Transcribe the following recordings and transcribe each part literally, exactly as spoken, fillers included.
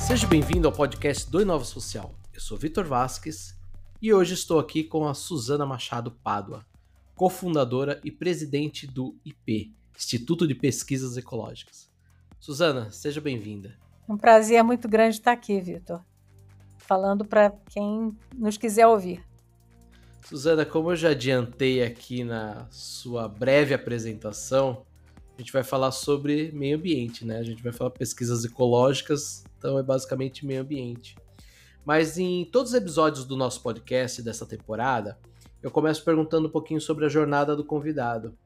Seja bem-vindo ao podcast do Inova Social. Eu sou Vitor Vasques e hoje estou aqui com a Suzana Machado Pádua, cofundadora e presidente do I P, Instituto de Pesquisas Ecológicas. Suzana, seja bem-vinda. Um prazer muito grande estar aqui, Vitor, falando para quem nos quiser ouvir. Suzana, como eu já adiantei aqui na sua breve apresentação, a gente vai falar sobre meio ambiente, né? A gente vai falar pesquisas ecológicas, então é basicamente meio ambiente. Mas em todos os episódios do nosso podcast dessa temporada, eu começo perguntando um pouquinho sobre a jornada do convidado.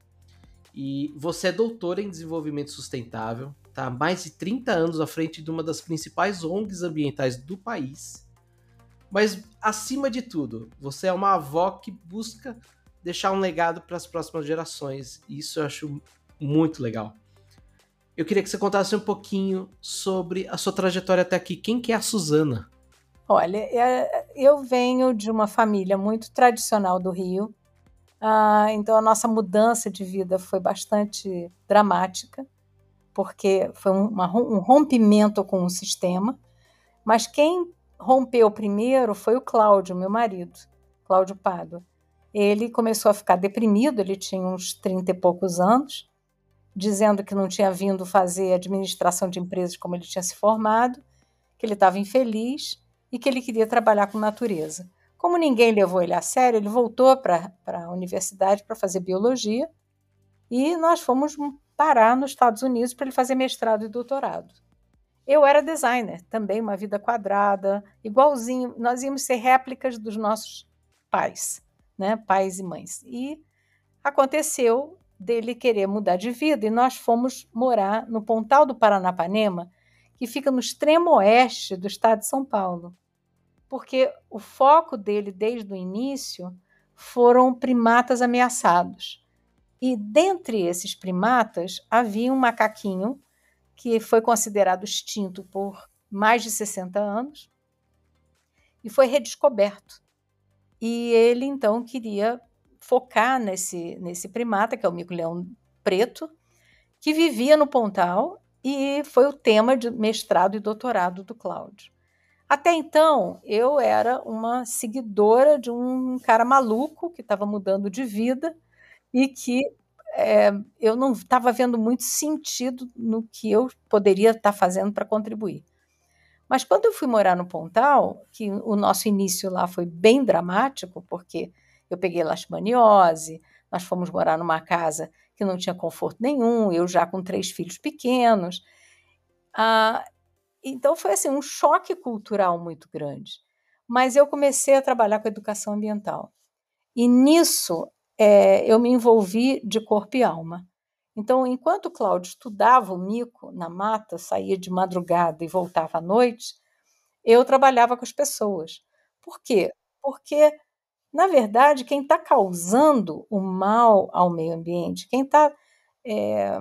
E você é doutora em desenvolvimento sustentável, está há mais de trinta anos à frente de uma das principais O N Gs ambientais do país. Mas, acima de tudo, você é uma avó que busca deixar um legado para as próximas gerações. E isso eu acho muito legal. Eu queria que você contasse um pouquinho sobre a sua trajetória até aqui. Quem que é a Suzana? Olha, eu venho de uma família muito tradicional do Rio, então a nossa mudança de vida foi bastante dramática, porque foi uma, um rompimento com o sistema, mas quem rompeu primeiro foi o Cláudio, meu marido, Cláudio Pádua. Ele começou a ficar deprimido, ele tinha uns trinta e poucos anos, dizendo que não tinha vindo fazer administração de empresas como ele tinha se formado, que ele estava infeliz e que ele queria trabalhar com natureza. Como ninguém levou ele a sério, ele voltou para a universidade para fazer biologia e nós fomos parar nos Estados Unidos para ele fazer mestrado e doutorado. Eu era designer, também uma vida quadrada, igualzinho, nós íamos ser réplicas dos nossos pais, né? Pais e mães. E aconteceu dele querer mudar de vida e nós fomos morar no Pontal do Paranapanema, que fica no extremo oeste do estado de São Paulo, porque o foco dele desde o início foram primatas ameaçados. E dentre esses primatas havia um macaquinho que foi considerado extinto por mais de sessenta anos e foi redescoberto. E ele então queria focar nesse, nesse primata, que é o mico-leão preto, que vivia no Pontal e foi o tema de mestrado e doutorado do Cláudio. Até então, eu era uma seguidora de um cara maluco que estava mudando de vida e que é, eu não estava vendo muito sentido no que eu poderia estar fazendo para contribuir. Mas quando eu fui morar no Pontal, que o nosso início lá foi bem dramático, porque eu peguei leishmaniose, nós fomos morar numa casa que não tinha conforto nenhum, eu já com três filhos pequenos. Ah, então foi assim, um choque cultural muito grande. Mas eu comecei a trabalhar com educação ambiental. E nisso é, eu me envolvi de corpo e alma. Então, enquanto o Cláudio estudava o mico na mata, saía de madrugada e voltava à noite, eu trabalhava com as pessoas. Por quê? Porque, na verdade, quem está causando o mal ao meio ambiente, quem está é,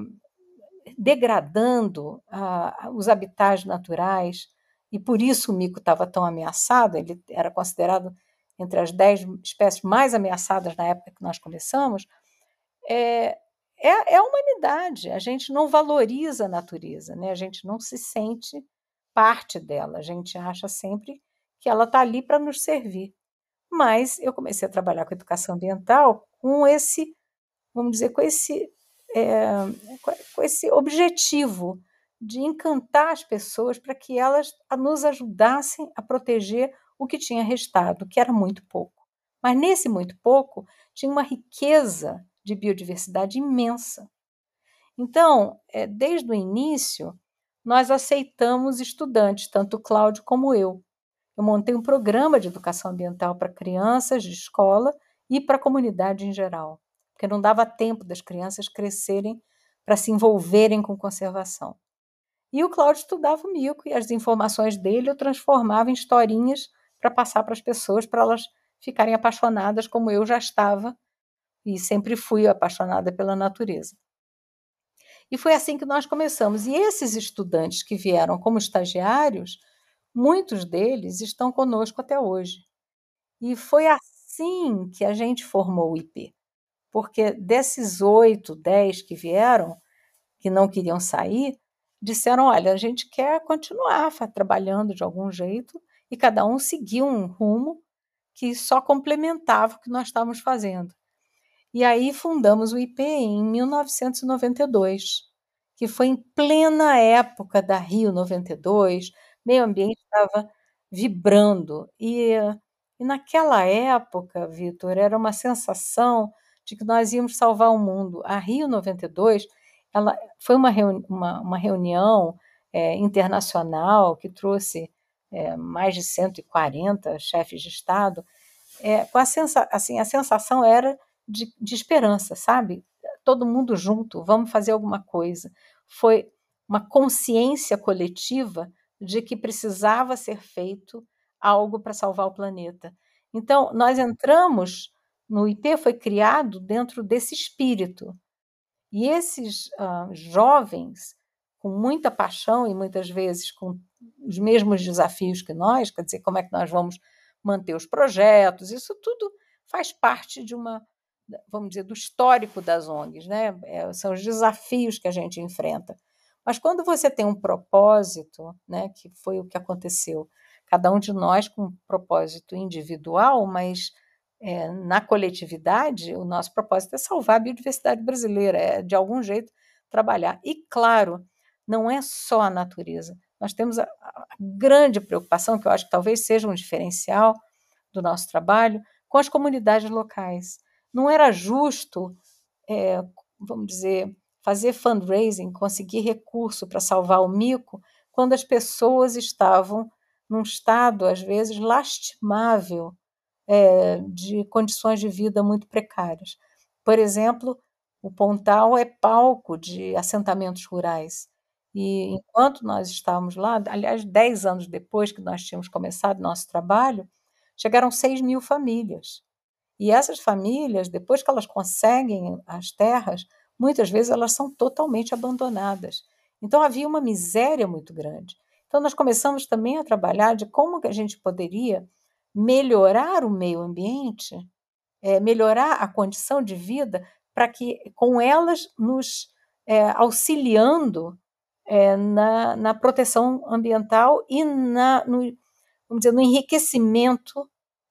degradando a, os habitats naturais, e por isso o mico estava tão ameaçado, ele era considerado entre as dez espécies mais ameaçadas na época que nós começamos, é, é, é a humanidade. A gente não valoriza a natureza, né? A gente não se sente parte dela, a gente acha sempre que ela está ali para nos servir. Mas eu comecei a trabalhar com educação ambiental com esse, vamos dizer, com esse, é, com esse objetivo de encantar as pessoas para que elas nos ajudassem a proteger o que tinha restado, que era muito pouco. Mas nesse muito pouco tinha uma riqueza de biodiversidade imensa. Então, é, desde o início, nós aceitamos estudantes, tanto o Cláudio como eu. Eu montei um programa de educação ambiental para crianças de escola e para a comunidade em geral, porque não dava tempo das crianças crescerem para se envolverem com conservação. E o Cláudio estudava o mico e as informações dele eu transformava em historinhas para passar para as pessoas, para elas ficarem apaixonadas como eu já estava e sempre fui apaixonada pela natureza. E foi assim que nós começamos. E esses estudantes que vieram como estagiários, muitos deles estão conosco até hoje. E foi assim que a gente formou o I P. Porque desses oito, dez que vieram, que não queriam sair, disseram: olha, a gente quer continuar trabalhando de algum jeito, e cada um seguiu um rumo que só complementava o que nós estávamos fazendo. E aí fundamos o I P em mil novecentos e noventa e dois, que foi em plena época da Rio noventa e dois, meio ambiente estava vibrando. E, e naquela época, Vitor, era uma sensação de que nós íamos salvar o mundo. A Rio noventa e dois ela, foi uma, reuni uma, uma reunião é, internacional que trouxe é, mais de cento e quarenta chefes de Estado. É, com a, sensa assim, a sensação era de, de esperança, sabe? Todo mundo junto, vamos fazer alguma coisa. Foi uma consciência coletiva de que precisava ser feito algo para salvar o planeta. Então, nós entramos no I P, foi criado dentro desse espírito. E esses uh, jovens, com muita paixão e muitas vezes com os mesmos desafios que nós, quer dizer, como é que nós vamos manter os projetos, isso tudo faz parte de uma, vamos dizer, do histórico das O N Gs, né? É, são os desafios que a gente enfrenta. Mas quando você tem um propósito, né, que foi o que aconteceu, cada um de nós com um propósito individual, mas é, na coletividade, o nosso propósito é salvar a biodiversidade brasileira, é de algum jeito trabalhar. E, claro, não é só a natureza. Nós temos a, a grande preocupação, que eu acho que talvez seja um diferencial do nosso trabalho, com as comunidades locais. Não era justo, é, vamos dizer, fazer fundraising, conseguir recurso para salvar o mico, quando as pessoas estavam num estado, às vezes, lastimável, é, de condições de vida muito precárias. Por exemplo, o Pontal é palco de assentamentos rurais. E enquanto nós estávamos lá, aliás, dez anos depois que nós tínhamos começado nosso trabalho, chegaram seis mil famílias. E essas famílias, depois que elas conseguem as terras, muitas vezes elas são totalmente abandonadas. Então havia uma miséria muito grande. Então nós começamos também a trabalhar de como que a gente poderia melhorar o meio ambiente, é, melhorar a condição de vida, para que, com elas, nos é, auxiliando é, na, na proteção ambiental e na, no, vamos dizer, no enriquecimento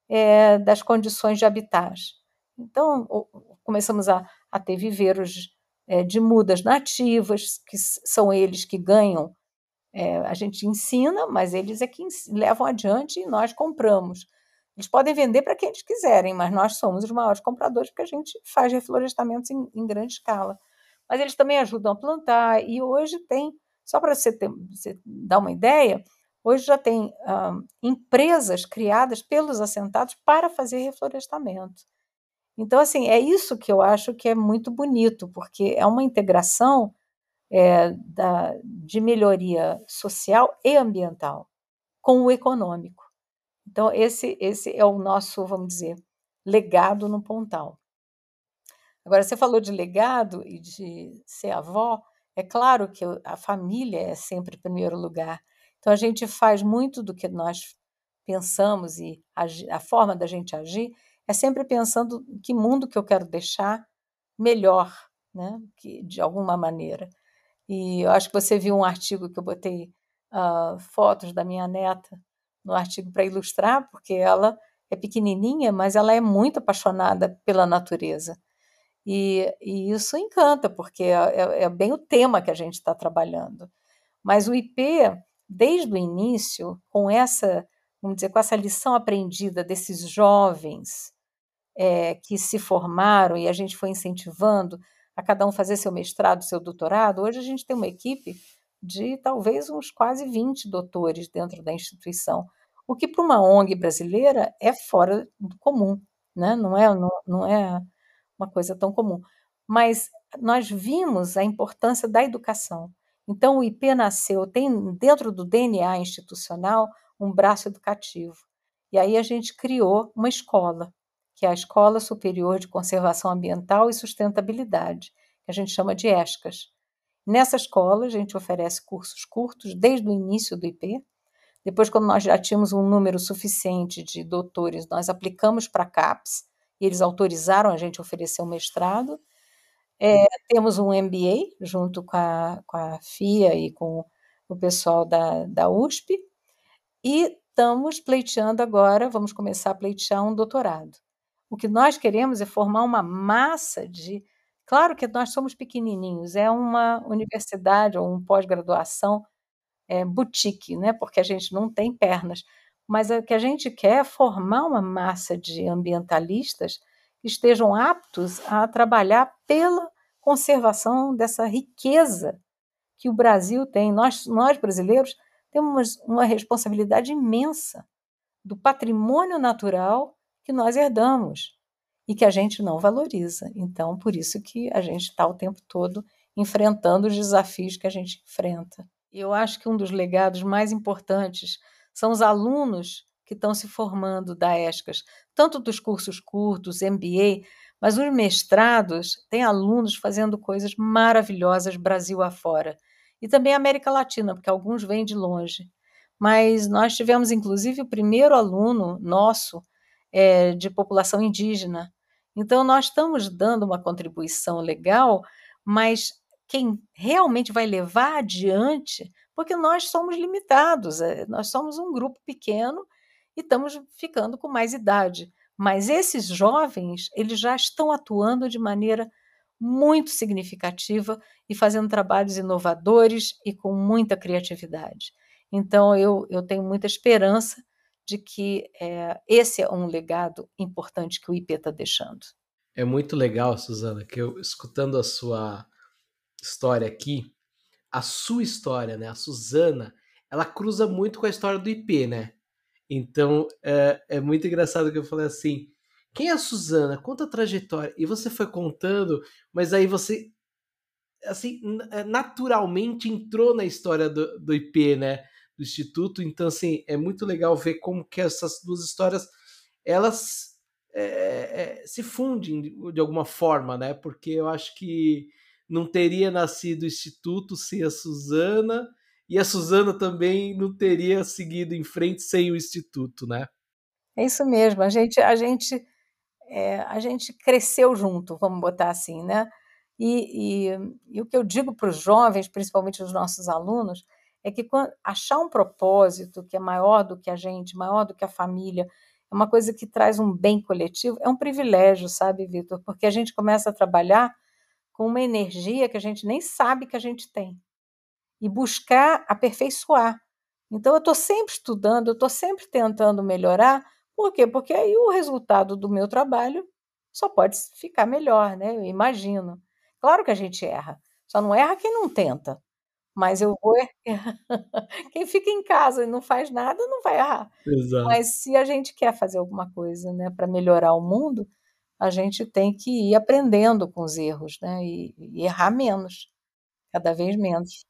é, das condições de habitat. Então, começamos a, a ter viveiros é, de mudas nativas, que são eles que ganham. É, a gente ensina, mas eles é que levam adiante e nós compramos. Eles podem vender para quem eles quiserem, mas nós somos os maiores compradores porque a gente faz reflorestamentos em, em grande escala. Mas eles também ajudam a plantar, e hoje tem, só para você, ter, você dar uma ideia, hoje já tem ah, empresas criadas pelos assentados para fazer reflorestamento. Então, assim, é isso que eu acho que é muito bonito, porque é uma integração é, da, de melhoria social e ambiental com o econômico. Então, esse, esse é o nosso, vamos dizer, legado no Pontal. Agora, você falou de legado e de ser avó. É claro que a família é sempre em primeiro lugar. Então, a gente faz muito do que nós pensamos, e a, a forma da gente agir é sempre pensando em que mundo que eu quero deixar melhor, né? Que, de alguma maneira. E eu acho que você viu um artigo que eu botei uh, fotos da minha neta no artigo para ilustrar, porque ela é pequenininha, mas ela é muito apaixonada pela natureza. E, e isso encanta, porque é, é, é bem o tema que a gente está trabalhando. Mas o I P, desde o início, com essa, vamos dizer, com essa lição aprendida desses jovens é, que se formaram, e a gente foi incentivando a cada um fazer seu mestrado, seu doutorado, hoje a gente tem uma equipe de talvez uns quase vinte doutores dentro da instituição, o que para uma O N G brasileira é fora do comum, né? não, é, não, não é uma coisa tão comum. Mas nós vimos a importância da educação. Então, o I P nasceu, tem dentro do D N A institucional um braço educativo. E aí a gente criou uma escola, que é a Escola Superior de Conservação Ambiental e Sustentabilidade, que a gente chama de ESCAS. Nessa escola, a gente oferece cursos curtos desde o início do I P. Depois, quando nós já tínhamos um número suficiente de doutores, nós aplicamos para a CAPES, e eles autorizaram a gente a oferecer um mestrado. É, temos um M B A junto com a, com a F I A e com o pessoal da, da U S P, e estamos pleiteando agora, vamos começar a pleitear um doutorado. O que nós queremos é formar uma massa de. Claro que nós somos pequenininhos, é uma universidade ou um pós-graduação é, boutique, né? Porque a gente não tem pernas. Mas o que a gente quer é formar uma massa de ambientalistas que estejam aptos a trabalhar pela conservação dessa riqueza que o Brasil tem. Nós, nós brasileiros, temos uma responsabilidade imensa do patrimônio natural que nós herdamos e que a gente não valoriza. Então, por isso que a gente está o tempo todo enfrentando os desafios que a gente enfrenta. Eu acho que um dos legados mais importantes são os alunos que estão se formando da ESCAS, tanto dos cursos curtos, M B A, mas os mestrados têm alunos fazendo coisas maravilhosas Brasil afora. E também América Latina, porque alguns vêm de longe. Mas nós tivemos, inclusive, o primeiro aluno nosso é, de população indígena. Então, nós estamos dando uma contribuição legal, mas quem realmente vai levar adiante, porque nós somos limitados, é, nós somos um grupo pequeno e estamos ficando com mais idade. Mas esses jovens, eles já estão atuando de maneira muito significativa e fazendo trabalhos inovadores e com muita criatividade. Então, eu, eu tenho muita esperança de que é, esse é um legado importante que o I P está deixando. É muito legal, Suzana, que eu, escutando a sua história aqui, a sua história, né, a Suzana, ela cruza muito com a história do I P, né? Então, é, é muito engraçado que eu falei assim, quem é a Suzana? Conta a trajetória. E você foi contando, mas aí você, assim, naturalmente entrou na história do, do I P, né? Do Instituto. Então, assim, é muito legal ver como que essas duas histórias, elas é, é, se fundem de, de alguma forma, né? Porque eu acho que não teria nascido o Instituto sem a Suzana, e a Suzana também não teria seguido em frente sem o Instituto, né? É isso mesmo, a gente, a gente, é, a gente cresceu junto, vamos botar assim, né? E, e, e o que eu digo para os jovens, principalmente os nossos alunos, é que quando, achar um propósito que é maior do que a gente, maior do que a família, é uma coisa que traz um bem coletivo, é um privilégio, sabe, Vitor? Porque a gente começa a trabalhar com uma energia que a gente nem sabe que a gente tem e buscar aperfeiçoar. Então, eu estou sempre estudando, eu estou sempre tentando melhorar. Por quê? Porque aí o resultado do meu trabalho só pode ficar melhor, né? Eu imagino. Claro que a gente erra, só não erra quem não tenta. Mas eu vou errar. Quem fica em casa e não faz nada não vai errar. Exato. Mas se a gente quer fazer alguma coisa, né, para melhorar o mundo, a gente tem que ir aprendendo com os erros, né? E, e errar menos, cada vez menos.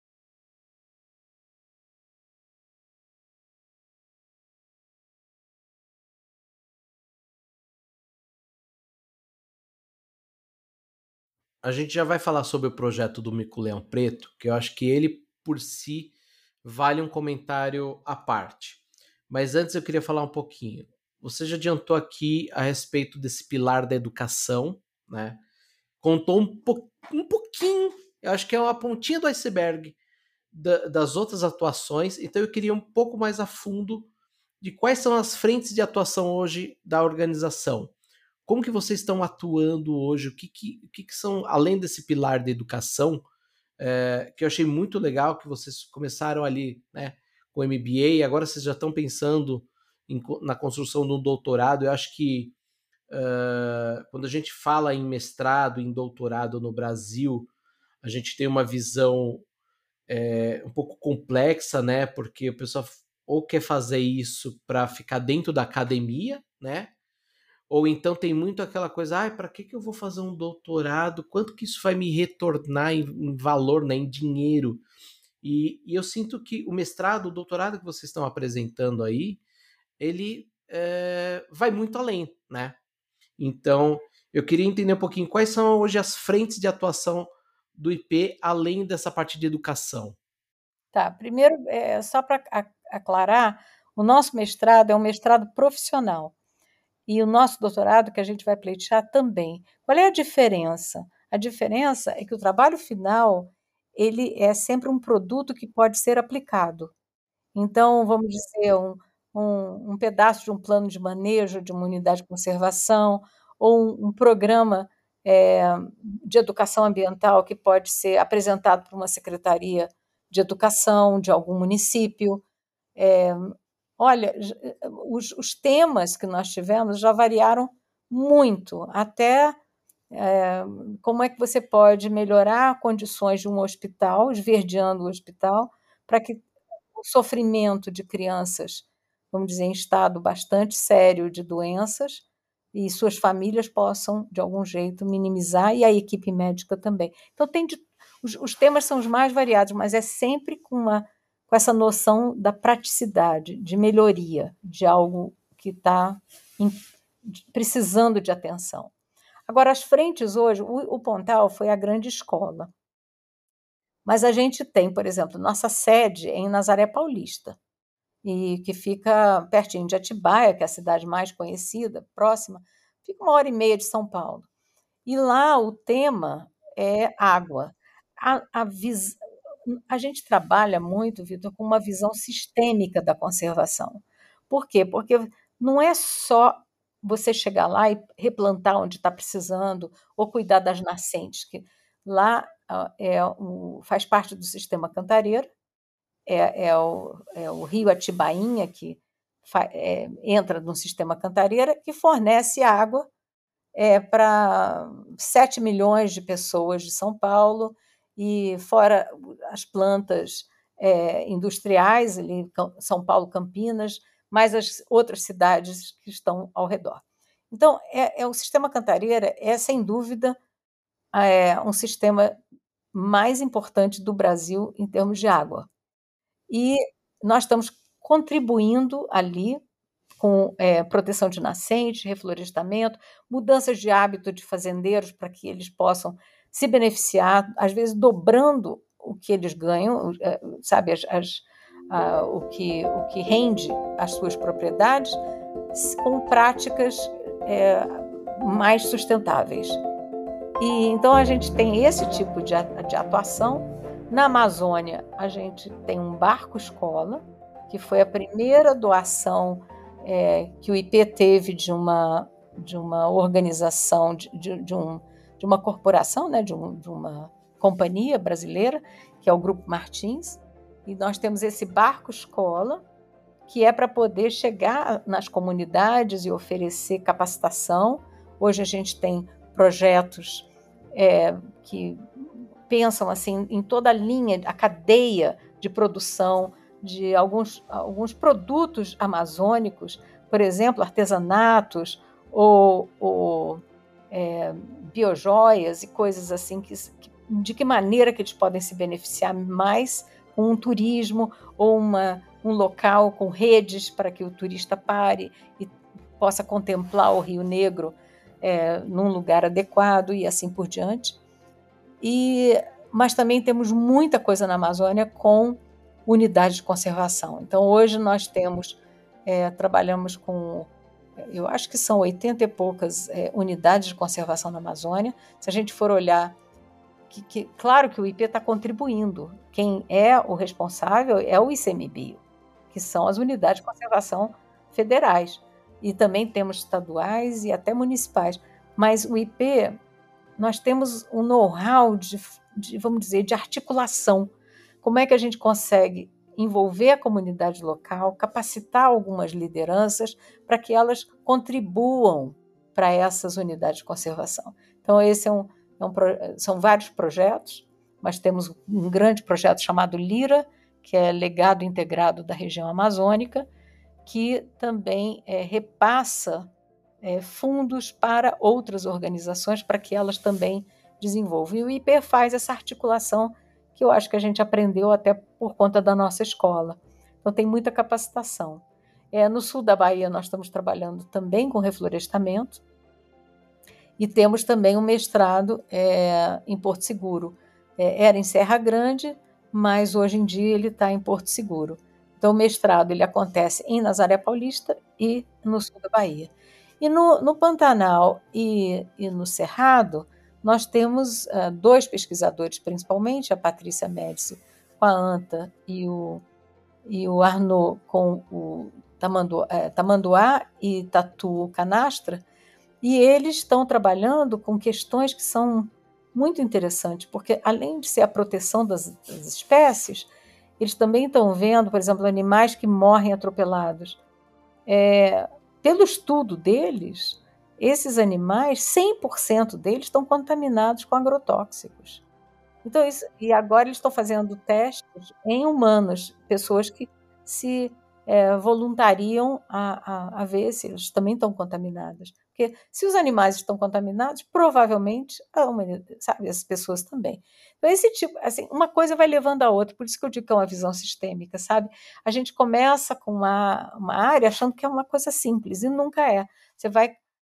A gente já vai falar sobre o projeto do Mico-Leão Preto, que eu acho que ele, por si, vale um comentário à parte. Mas antes eu queria falar um pouquinho. Você já adiantou aqui a respeito desse pilar da educação, né? Contou um, po um pouquinho, eu acho que é uma pontinha do iceberg da, das outras atuações, então eu queria um pouco mais a fundo de quais são as frentes de atuação hoje da organização. Como que vocês estão atuando hoje? O que, que, o que, que são, além desse pilar de educação, é, que eu achei muito legal, que vocês começaram ali, né, com o M B A, e agora vocês já estão pensando em, na construção de um doutorado. Eu acho que uh, quando a gente fala em mestrado, em doutorado no Brasil, a gente tem uma visão é, um pouco complexa, né? Porque o pessoal ou quer fazer isso para ficar dentro da academia, né? Ou então tem muito aquela coisa, ah, para que, que eu vou fazer um doutorado? Quanto que isso vai me retornar em, em valor, né, em dinheiro? E, e, eu sinto que o mestrado, o doutorado que vocês estão apresentando aí, ele é, vai muito além, né? Então, eu queria entender um pouquinho quais são hoje as frentes de atuação do I P, além dessa parte de educação. Tá, primeiro, é, só para aclarar, o nosso mestrado é um mestrado profissional e o nosso doutorado, que a gente vai pleitear também. Qual é a diferença? A diferença é que o trabalho final, ele é sempre um produto que pode ser aplicado. Então, vamos dizer, um um um pedaço de um plano de manejo de uma unidade de conservação ou um um programa, eh, de educação ambiental que pode ser apresentado por uma secretaria de educação de algum município. Eh, olha, j os os temas que nós tivemos já variaram muito, até, eh, como é que você pode melhorar condições de um hospital, esverdeando o hospital, para que o sofrimento de crianças, vamos dizer, em estado bastante sério de doenças, e suas famílias possam, de algum jeito, minimizar, e a equipe médica também. Então tem de os os temas são os mais variados, mas é sempre com uma com essa noção da praticidade, de melhoria, de algo que está em precisando de atenção. Agora, as frentes hoje, o o Pontal foi a grande escola. Mas a gente tem, por exemplo, nossa sede é em Nazaré Paulista, e que fica pertinho de Atibaia, que é a cidade mais conhecida, próxima, fica uma hora e meia de São Paulo. E lá o tema é água. A a vis a gente trabalha muito, Vitor, com uma visão sistêmica da conservação. Por quê? Porque não é só você chegar lá e replantar onde está precisando, ou cuidar das nascentes, que lá, hã, é o faz parte do sistema Cantareira, é é o é o rio Atibainha que fa eh, entra no sistema Cantareira, que fornece água, eh, pra sete milhões de pessoas de São Paulo, e fora o as plantas, eh, industriais, ali, Cam São Paulo, Campinas, mais as outras cidades que estão ao redor. Então, é é o sistema Cantareira é, sem dúvida, eh, um sistema mais importante do Brasil em termos de água. E nós estamos contribuindo ali com, eh, proteção de nascentes, reflorestamento, mudanças de hábito de fazendeiros para que eles possam se beneficiar, às vezes dobrando o que eles ganham, eh, sabe, as as a o que o que rende as suas propriedades, s com práticas, eh, mais sustentáveis. E então a gente tem esse tipo de a de atuação. Na Amazônia, a gente tem um barco-escola, que foi a primeira doação, eh, que o I P teve de uma de uma organização, de de de um de uma corporação, né, de um de uma companhia brasileira, que é o Grupo Martins, e nós temos esse barco-escola, que é para poder chegar nas comunidades e oferecer capacitação. Hoje a gente tem projetos, eh, que pensam, assim, em toda a linha, a cadeia de produção de alguns alguns produtos amazônicos, por exemplo, artesanatos ou ou, eh, biojoias e coisas assim, que s que de que maneira que eles podem se beneficiar mais com um turismo ou uma um local com redes para que o turista pare e possa contemplar o Rio Negro, eh, num lugar adequado e assim por diante. E mas também temos muita coisa na Amazônia com unidades de conservação. Então hoje nós temos, eh, trabalhamos com, eu acho que são oitenta e poucas, eh, unidades de conservação na Amazônia. Se a gente for olhar que que claro que o I P está contribuindo, quem é o responsável é o ICMBio, que são as unidades de conservação federais, e também temos estaduais e até municipais. Mas o I P, nós temos um know-how de f de, vamos dizer, de articulação. Como é que a gente consegue envolver a comunidade local, capacitar algumas lideranças para que elas contribuam para essas unidades de conservação. Então esse é um é um pro são vários projetos, mas temos um grande projeto chamado LIRA, que é Legado Integrado da Região Amazônica, que também, eh, repassa, eh, fundos para outras organizações, para que elas também desenvolvam. E o I P faz essa articulação, que eu acho que a gente aprendeu até por conta da nossa escola. Então tem muita capacitação. Eh, no sul da Bahia nós estamos trabalhando também com reflorestamento, e temos também um mestrado, eh, em Porto Seguro. Eh, era em Serra Grande, mas hoje em dia ele está em Porto Seguro. Então o mestrado ele acontece em Nazaré Paulista e no sul da Bahia. E no no Pantanal e e no Cerrado, nós temos uh, dois pesquisadores, principalmente a Patrícia Médici com a ANTA e o, e o Arnaud com o tamanduá, é, tamanduá e tatu canastra, e eles estão trabalhando com questões que são muito interessantes, porque além de ser a proteção das, das espécies, eles também estão vendo, por exemplo, animais que morrem atropelados. É, pelo estudo deles, esses animais, cem por cento deles estão contaminados com agrotóxicos. Então, isso, e agora eles estão fazendo testes em humanos, pessoas que se é, voluntariam a, a, a ver se eles também estão contaminadas. Porque se os animais estão contaminados, provavelmente a humanidade, sabe, as pessoas também. Então, esse tipo, assim, uma coisa vai levando a outra, por isso que eu digo que é uma visão sistêmica, sabe? A gente começa com uma, uma área achando que é uma coisa simples, e nunca é. Você vai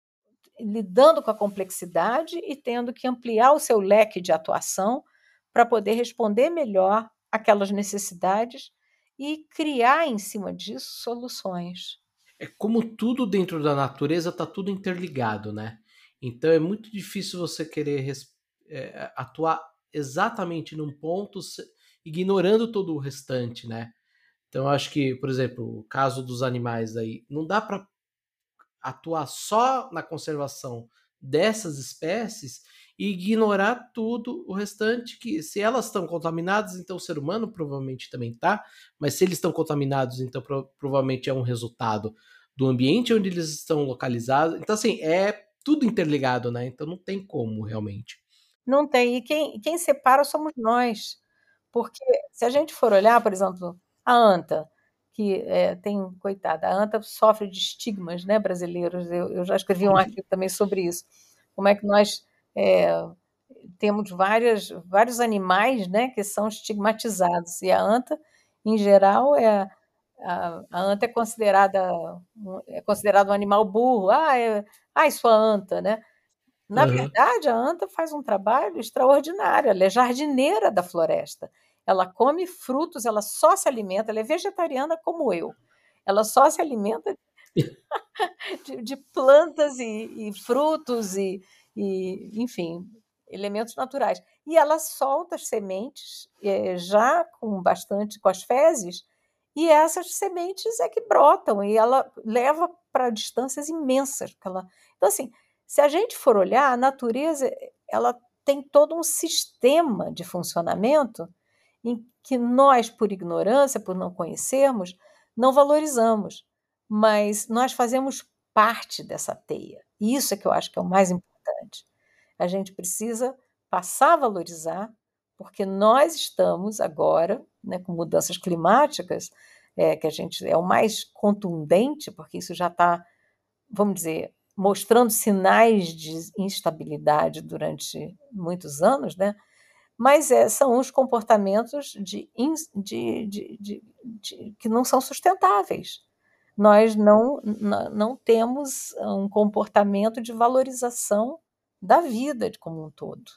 lidando com a complexidade e tendo que ampliar o seu leque de atuação para poder responder melhor aquelas necessidades e criar em cima disso soluções. É como tudo dentro da natureza está tudo interligado, né? Então é muito difícil você querer é, atuar exatamente num ponto ignorando todo o restante, né? Então eu acho que, por exemplo, o caso dos animais aí, não dá para atuar só na conservação dessas espécies e ignorar tudo o restante, que se elas estão contaminadas, então o ser humano provavelmente também está, mas se eles estão contaminados, então pro, provavelmente é um resultado do ambiente onde eles estão localizados. Então, assim, é tudo interligado, né? Então não tem como realmente. Não tem. E quem, quem separa somos nós. Porque se a gente for olhar, por exemplo, a ANTA, que é, tem, coitada, a ANTA sofre de estigmas, né, brasileiros. Eu, eu já escrevi um artigo também sobre isso. Como é que nós é, temos várias, vários animais, né, que são estigmatizados. E a ANTA, em geral, é, a, a anta é considerada, é considerado um animal burro. Ah, é, ai, sua anta, né? Na Uhum. verdade, a anta faz um trabalho extraordinário. Ela é jardineira da floresta. Ela come frutos, ela só se alimenta, ela é vegetariana como eu. Ela só se alimenta de, de plantas e, e frutos e, e, enfim, elementos naturais. E ela solta as sementes é, já com bastante, com as fezes, e essas sementes é que brotam e ela leva para distâncias imensas. Ela... Então, assim, se a gente for olhar, a natureza ela tem todo um sistema de funcionamento em que nós, por ignorância, por não conhecermos, não valorizamos, mas nós fazemos parte dessa teia. E isso é que eu acho que é o mais importante. A gente precisa passar a valorizar, porque nós estamos agora, né, com mudanças climáticas, é, que a gente é o mais contundente, porque isso já está, vamos dizer, mostrando sinais de instabilidade durante muitos anos, né? Mas é, são os comportamentos de, de, de, de, de, que não são sustentáveis. Nós não, não temos um comportamento de valorização da vida como um todo.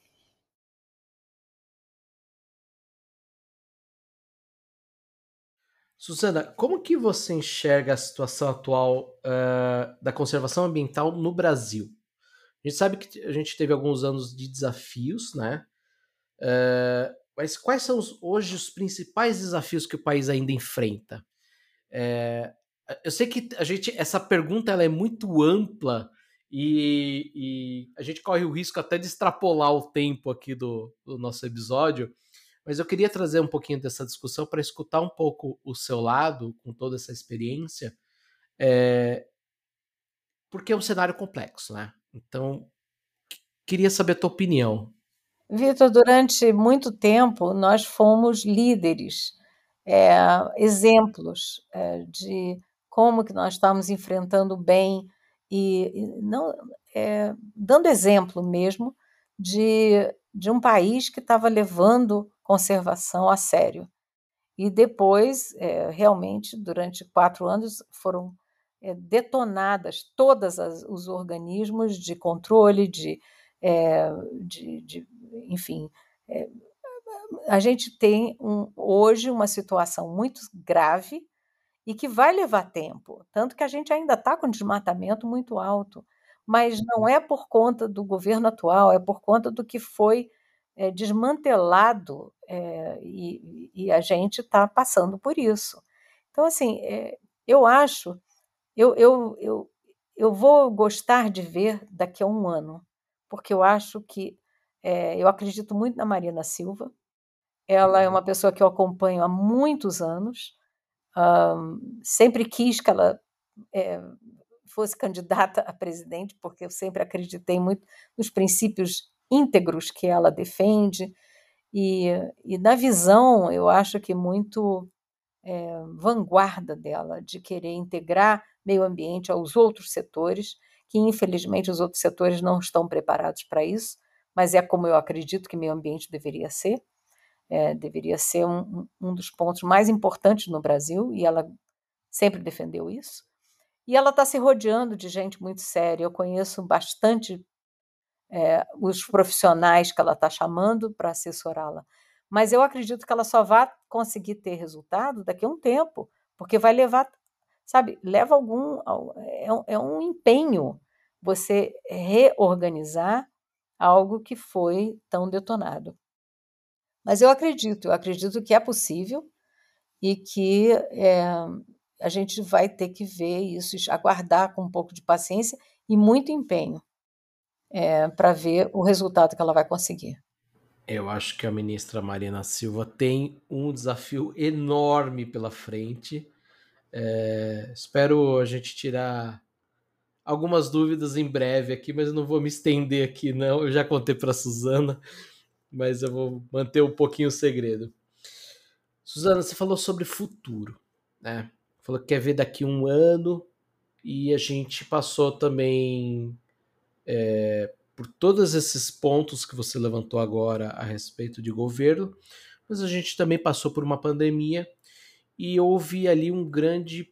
Suzana, como que você enxerga a situação atual uh, da conservação ambiental no Brasil? A gente sabe que a gente teve alguns anos de desafios, né? Uh, mas quais são os, hoje os principais desafios que o país ainda enfrenta? É, eu sei que a gente, essa pergunta ela é muito ampla e, e a gente corre o risco até de extrapolar o tempo aqui do, do nosso episódio, mas eu queria trazer um pouquinho dessa discussão para escutar um pouco o seu lado, com toda essa experiência, é, porque é um cenário complexo, né? Então, queria saber a tua opinião. Vitor, durante muito tempo nós fomos líderes, é, exemplos é, de como que nós estamos enfrentando bem e, e não é, dando exemplo mesmo de, de um país que estava levando conservação a sério. E depois, é, realmente, durante quatro anos, foram é, detonadas todos os organismos de controle, de, é, de, de enfim. É, a gente tem um, hoje uma situação muito grave e que vai levar tempo, tanto que a gente ainda está com desmatamento muito alto. mas não é por conta do governo atual, é por conta do que foi é, desmantelado, é, e, e a gente está passando por isso. Então, assim, é, eu acho, eu, eu, eu, eu vou gostar de ver daqui a um ano, porque eu acho que, é, eu acredito muito na Marina Silva, ela é uma pessoa que eu acompanho há muitos anos, hum, sempre quis que ela é, fosse candidata a presidente, porque eu sempre acreditei muito nos princípios íntegros que ela defende, e, e na visão, eu acho que muito é, vanguarda dela, de querer integrar meio ambiente aos outros setores, que infelizmente os outros setores não estão preparados para isso, mas é como eu acredito que meio ambiente deveria ser, é, deveria ser um, um dos pontos mais importantes no Brasil, e ela sempre defendeu isso. E ela está se rodeando de gente muito séria. Eu conheço bastante é, os profissionais que ela está chamando para assessorá-la. Mas eu acredito que ela só vai conseguir ter resultado daqui a um tempo, porque vai levar, sabe, leva algum. É um, é um empenho você reorganizar algo que foi tão detonado. Mas eu acredito, eu acredito que é possível e que é, a gente vai ter que ver isso, aguardar com um pouco de paciência e muito empenho é, para ver o resultado que ela vai conseguir. Eu acho que a ministra Marina Silva tem um desafio enorme pela frente. É, espero a gente tirar algumas dúvidas em breve aqui, mas eu não vou me estender aqui, não. Eu já contei para a Suzana, mas eu vou manter um pouquinho o segredo. Suzana, você falou sobre futuro, né? Falou que quer ver daqui um ano, e a gente passou também é, por todos esses pontos que você levantou agora a respeito de governo, mas a gente também passou por uma pandemia e houve ali um grande,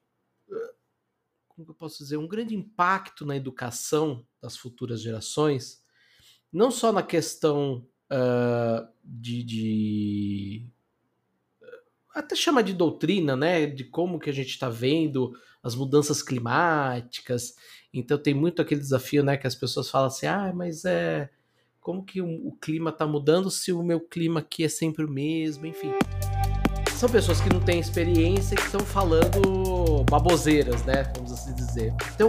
como eu posso dizer, um grande impacto na educação das futuras gerações, não só na questão uh, de, de até chama de doutrina, né, de como que a gente está vendo as mudanças climáticas. Então tem muito aquele desafio, né, que as pessoas falam assim, ah, mas é como que o, o clima está mudando se o meu clima aqui é sempre o mesmo, enfim. São pessoas que não têm experiência e que estão falando baboseiras, né, vamos assim dizer. Então,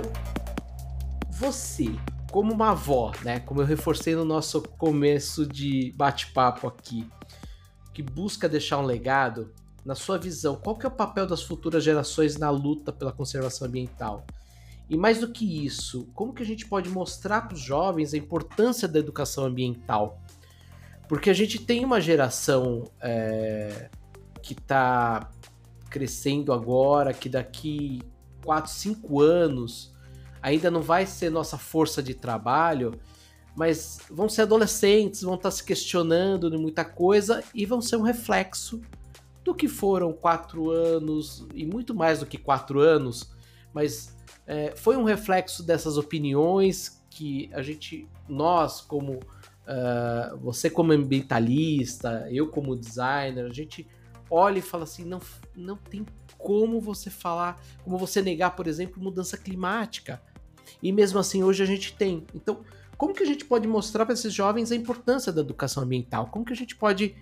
você, como uma avó, né, como eu reforcei no nosso começo de bate-papo aqui, que busca deixar um legado, na sua visão, qual que é o papel das futuras gerações na luta pela conservação ambiental? E mais do que isso, como que a gente pode mostrar para os jovens a importância da educação ambiental? Porque a gente tem uma geração é, que está crescendo agora, que daqui quatro, cinco anos ainda não vai ser nossa força de trabalho, mas vão ser adolescentes, vão estar se questionando de muita coisa e vão ser um reflexo do que foram quatro anos, e muito mais do que quatro anos, mas é, foi um reflexo dessas opiniões que a gente, nós como, uh, você como ambientalista, eu como designer, a gente olha e fala assim, não, não tem como você falar, como você negar, por exemplo, mudança climática. E mesmo assim, hoje a gente tem. Então, como que a gente pode mostrar para esses jovens a importância da educação ambiental? Como que a gente pode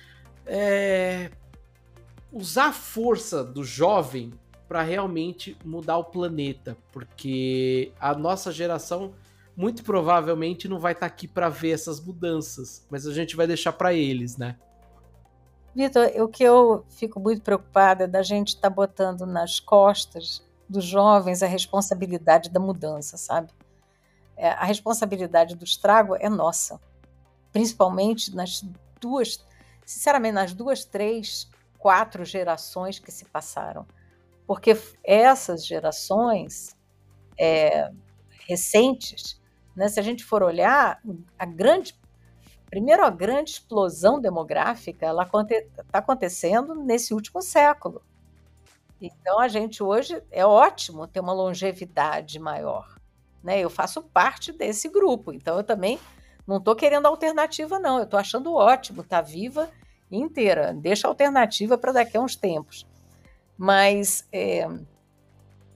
é, usar a força do jovem para realmente mudar o planeta? Porque a nossa geração muito provavelmente não vai estar aqui para ver essas mudanças, mas a gente vai deixar para eles, né? Vitor, o que eu fico muito preocupada é da gente estar tá botando nas costas dos jovens a responsabilidade da mudança, sabe? É, a responsabilidade do estrago é nossa, principalmente nas duas, sinceramente, nas duas, três, quatro gerações que se passaram, porque essas gerações é, recentes, né, se a gente for olhar, a grande, primeiro a grande explosão demográfica, ela está acontecendo nesse último século. Então a gente hoje é ótimo ter uma longevidade maior. Né? Eu faço parte desse grupo, então eu também não estou querendo alternativa, não. Eu estou achando ótimo estar viva e inteira. Deixa a alternativa para daqui a uns tempos. Mas é,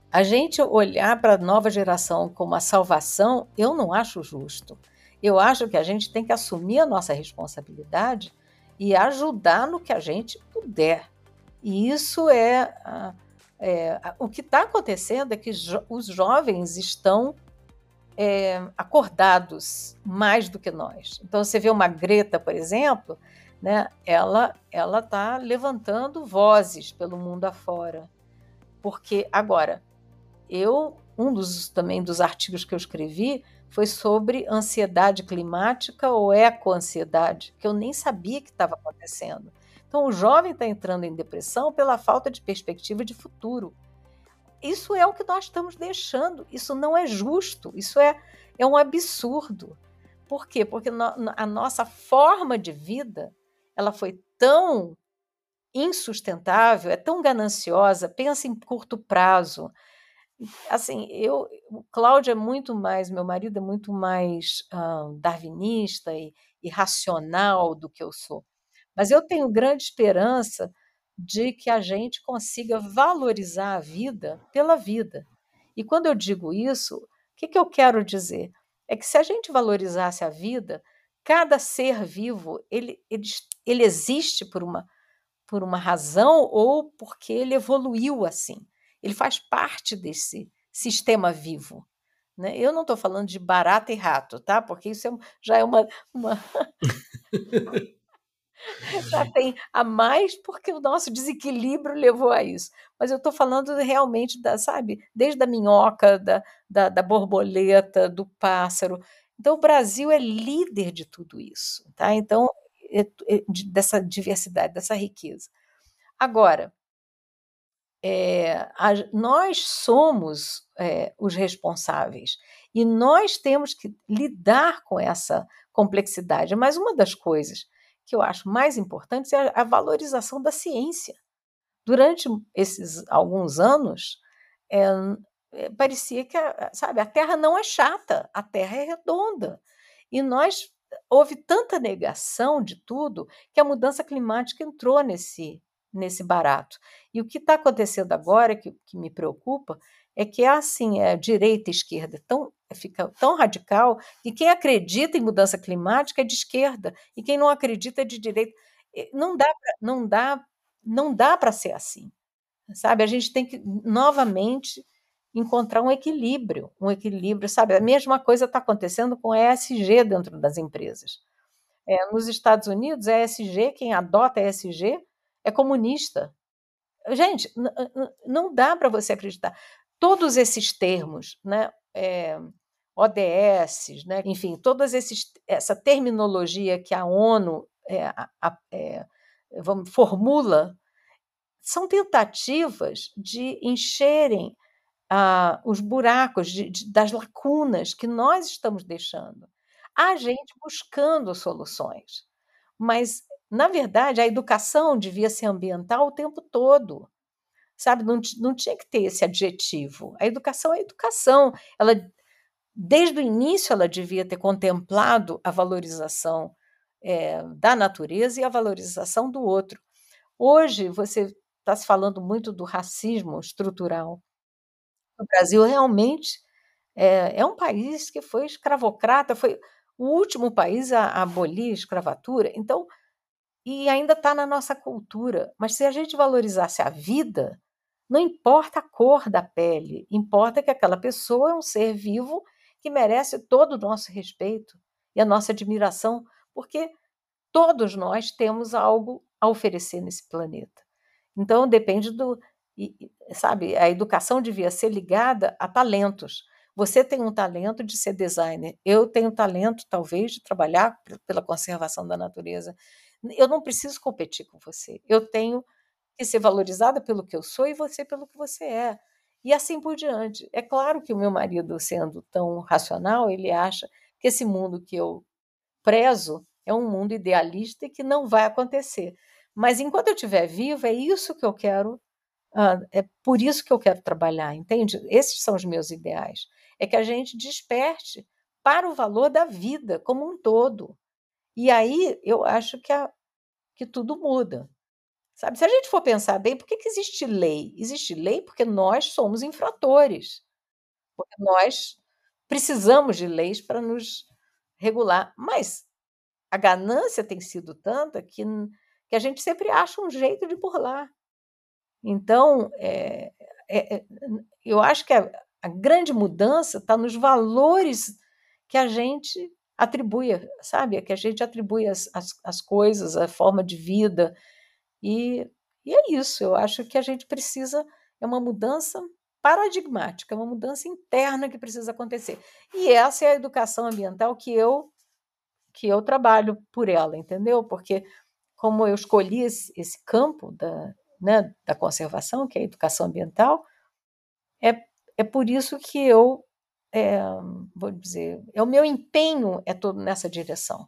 A gente olhar para a nova geração como a salvação, eu não acho justo. Eu acho que a gente tem que assumir a nossa responsabilidade e ajudar no que a gente puder. E isso é, é o que está acontecendo é que jo- os jovens estão é, acordados mais do que nós. Então você vê uma Greta, por exemplo, né? Ela ela está levantando vozes pelo mundo afora, porque agora eu, um dos também dos artigos que eu escrevi foi sobre ansiedade climática ou ecoansiedade, que eu nem sabia que estava acontecendo. Então, o jovem está entrando em depressão pela falta de perspectiva de futuro. Isso é o que nós estamos deixando. Isso não é justo. Isso é, é um absurdo. Por quê? Porque no, a nossa forma de vida ela foi tão insustentável, é tão gananciosa, pensa em curto prazo. Assim, eu, o Cláudio é muito mais, meu marido é muito mais ah, darwinista e, e racional do que eu sou. Mas eu tenho grande esperança de que a gente consiga valorizar a vida pela vida. E quando eu digo isso, o que, que eu quero dizer? É que se a gente valorizasse a vida, cada ser vivo ele, ele, ele existe por uma por uma razão ou porque ele evoluiu assim. Ele faz parte desse sistema vivo. Né? Eu não estou falando de barata e rato, tá? Porque isso é, já é uma, uma já tem a mais porque o nosso desequilíbrio levou a isso. Mas eu estou falando realmente da, sabe, desde a minhoca, da, da, da borboleta, do pássaro. Então, o Brasil é líder de tudo isso, tá? Então, é, é, de, dessa diversidade, dessa riqueza. Agora, é, a, nós somos é, os responsáveis e nós temos que lidar com essa complexidade. Mas uma das coisas que eu acho mais importantes é a, a valorização da ciência. Durante esses alguns anos, é, é, parecia que a, sabe, a Terra não é chata, a Terra é redonda. E nós houve tanta negação de tudo que a mudança climática entrou nesse, nesse barato. E o que está acontecendo agora, que, que me preocupa, é que é assim, é direita e esquerda tão, fica tão radical que quem acredita em mudança climática é de esquerda e quem não acredita é de direita. Não dá, pra- não dá, não dá para ser assim, sabe? A gente tem que novamente encontrar um equilíbrio, um equilíbrio, sabe? A mesma coisa está acontecendo com a E S G dentro das empresas. É, nos Estados Unidos, a E S G, quem adota a E S G é comunista. Gente, n- n- não dá para você acreditar. Todos esses termos, né? É, O D S, né? Enfim, toda essa terminologia que a ONU é, a- a- é, vamos, formula são tentativas de encherem ah, os buracos, de, de, das lacunas que nós estamos deixando. Há gente buscando soluções, mas, na verdade, a educação devia ser ambiental o tempo todo. Sabe, não, não tinha que ter esse adjetivo. A educação é educação. Ela, desde o início, ela devia ter contemplado a valorização é, da natureza e a valorização do outro. Hoje, você está se falando muito do racismo estrutural. O Brasil realmente é, é um país que foi escravocrata, foi o último país a, a abolir a escravatura, então, e ainda está na nossa cultura. Mas se a gente valorizasse a vida, não importa a cor da pele, importa que aquela pessoa é um ser vivo que merece todo o nosso respeito e a nossa admiração, porque todos nós temos algo a oferecer nesse planeta. Então, depende do. Sabe, a educação devia ser ligada a talentos. Você tem um talento de ser designer, eu tenho talento, talvez, de trabalhar pela conservação da natureza. Eu não preciso competir com você. Eu tenho que ser valorizada pelo que eu sou e você pelo que você é. E assim por diante. É claro que o meu marido, sendo tão racional, ele acha que esse mundo que eu prezo é um mundo idealista e que não vai acontecer. Mas enquanto eu estiver viva, é isso que eu quero, ah, é por isso que eu quero trabalhar, entende? Esses são os meus ideais. É que a gente desperte para o valor da vida como um todo. E aí eu acho que, a, que tudo muda, Sabe? Se a gente for pensar bem, por que que existe lei? Existe lei porque nós somos infratores, porque nós precisamos de leis para nos regular, mas a ganância tem sido tanta que, que a gente sempre acha um jeito de burlar. Então, é, é, é, eu acho que a, a grande mudança está nos valores que a gente atribui, sabe? Que a gente atribui as, as, as coisas, a forma de vida. E, e é isso, eu acho que a gente precisa, é uma mudança paradigmática, é uma mudança interna que precisa acontecer. E essa é a educação ambiental que eu, que eu trabalho por ela, entendeu? Porque como eu escolhi esse, esse campo da, né, da conservação, que é a educação ambiental, é, é por isso que eu, é, vou dizer, é o meu empenho é todo nessa direção.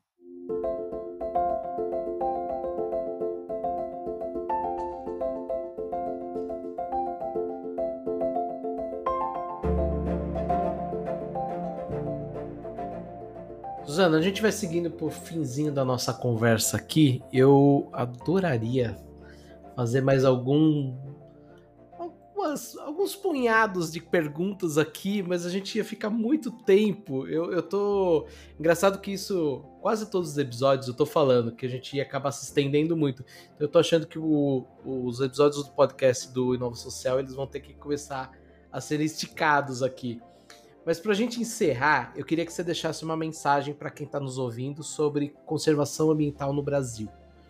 Suzana, a gente vai seguindo pro finzinho da nossa conversa aqui. Eu adoraria fazer mais algum algumas, alguns punhados de perguntas aqui, mas a gente ia ficar muito tempo. Eu, eu tô... Engraçado que isso, quase todos os episódios eu tô falando, que a gente ia acabar se estendendo muito. Então eu tô achando que o, os episódios do podcast do Inova Social, eles vão ter que começar a serem esticados aqui. Mas para a gente encerrar, eu queria que você deixasse uma mensagem para quem está nos ouvindo sobre conservação ambiental no Brasil.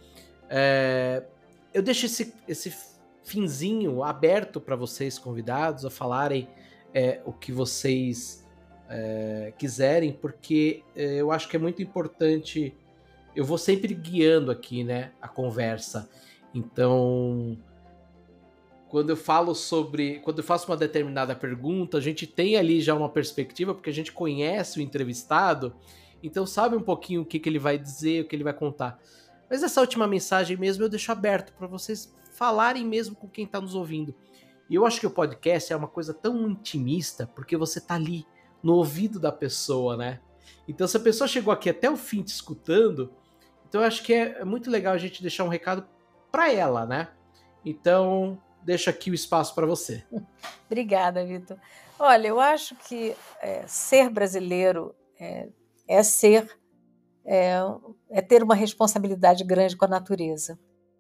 É, eu deixo esse, esse finzinho aberto para vocês, convidados, a falarem é, o que vocês é, quiserem, porque é, eu acho que é muito importante. Eu vou sempre guiando aqui, né, a conversa. Então, quando eu falo sobre, quando eu faço uma determinada pergunta, a gente tem ali já uma perspectiva, porque a gente conhece o entrevistado, então sabe um pouquinho o que, que ele vai dizer, o que ele vai contar. Mas essa última mensagem mesmo eu deixo aberto para vocês falarem mesmo com quem está nos ouvindo. E eu acho que o podcast é uma coisa tão intimista, porque você tá ali no ouvido da pessoa, né? Então se a pessoa chegou aqui até o fim te escutando, então eu acho que é muito legal a gente deixar um recado para ela, né? Então deixo aqui o espaço para você. Obrigada, Vitor. Olha, eu acho que é, ser brasileiro é, é ser, é, é ter uma responsabilidade grande com a natureza.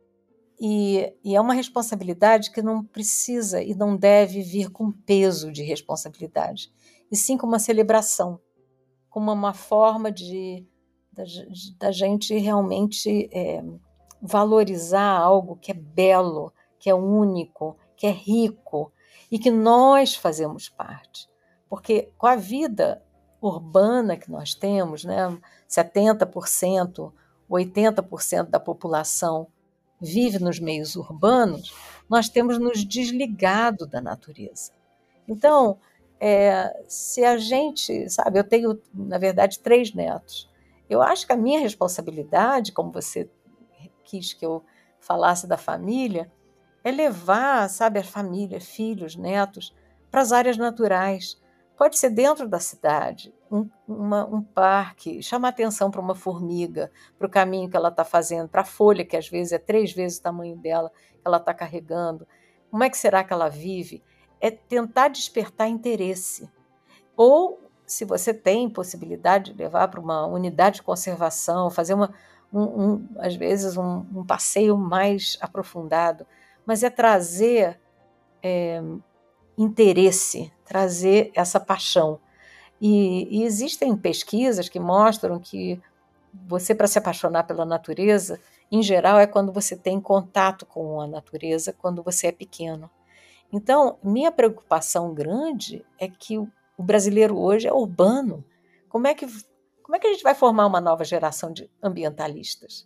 E, e é uma responsabilidade que não precisa e não deve vir com peso de responsabilidade, e sim com uma celebração, como uma forma de da, da gente realmente é, valorizar algo que é belo, que é único, que é rico e que nós fazemos parte. Porque com a vida urbana que nós temos, né, setenta por cento, oitenta por cento da população vive nos meios urbanos, nós temos nos desligado da natureza. Então, é, se a gente, sabe, eu tenho, na verdade, três netos. Eu acho que a minha responsabilidade, como você quis que eu falasse da família, é levar, sabe, a família, filhos, netos, para as áreas naturais. Pode ser dentro da cidade, um, uma, um parque, chamar atenção para uma formiga, para o caminho que ela está fazendo, para a folha, que às vezes é três vezes o tamanho dela, que ela está carregando. Como é que será que ela vive? É tentar despertar interesse. Ou, se você tem possibilidade de levar para uma unidade de conservação, fazer, uma, um, um, às vezes, um, um passeio mais aprofundado, mas é trazer é, interesse, trazer essa paixão. E, e existem pesquisas que mostram que você, para se apaixonar pela natureza, em geral, é quando você tem contato com a natureza, quando você é pequeno. Então, minha preocupação grande é que o brasileiro hoje é urbano. Como é que, como é que a gente vai formar uma nova geração de ambientalistas?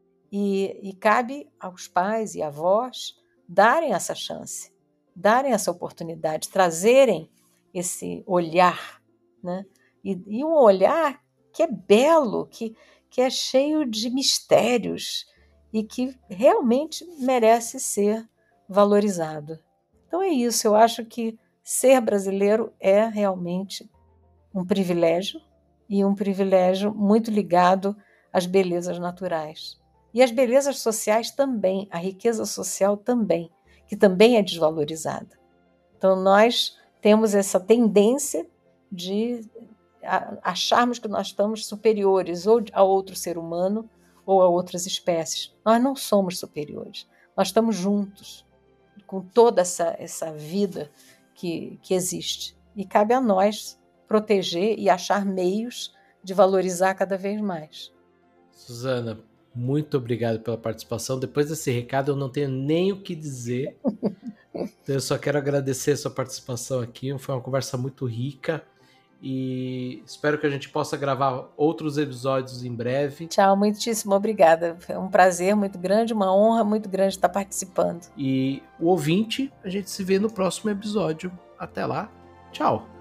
E, e cabe aos pais e avós darem essa chance, darem essa oportunidade, trazerem esse olhar, né? E, e um olhar que é belo, que, que é cheio de mistérios e que realmente merece ser valorizado. Então é isso, eu acho que ser brasileiro é realmente um privilégio, e um privilégio muito ligado às belezas naturais. E as belezas sociais também, a riqueza social também, que também é desvalorizada. Então, nós temos essa tendência de acharmos que nós estamos superiores ou a outro ser humano ou a outras espécies. Nós não somos superiores. Nós estamos juntos com toda essa, essa vida que, que existe. E cabe a nós proteger e achar meios de valorizar cada vez mais. Suzana, muito obrigado pela participação. Depois desse recado, eu não tenho nem o que dizer. Eu só quero agradecer a sua participação aqui. Foi uma conversa muito rica e espero que a gente possa gravar outros episódios em breve. Tchau, muitíssimo obrigada. Foi um prazer muito grande, uma honra muito grande estar participando. E o ouvinte, a gente se vê no próximo episódio. Até lá, tchau!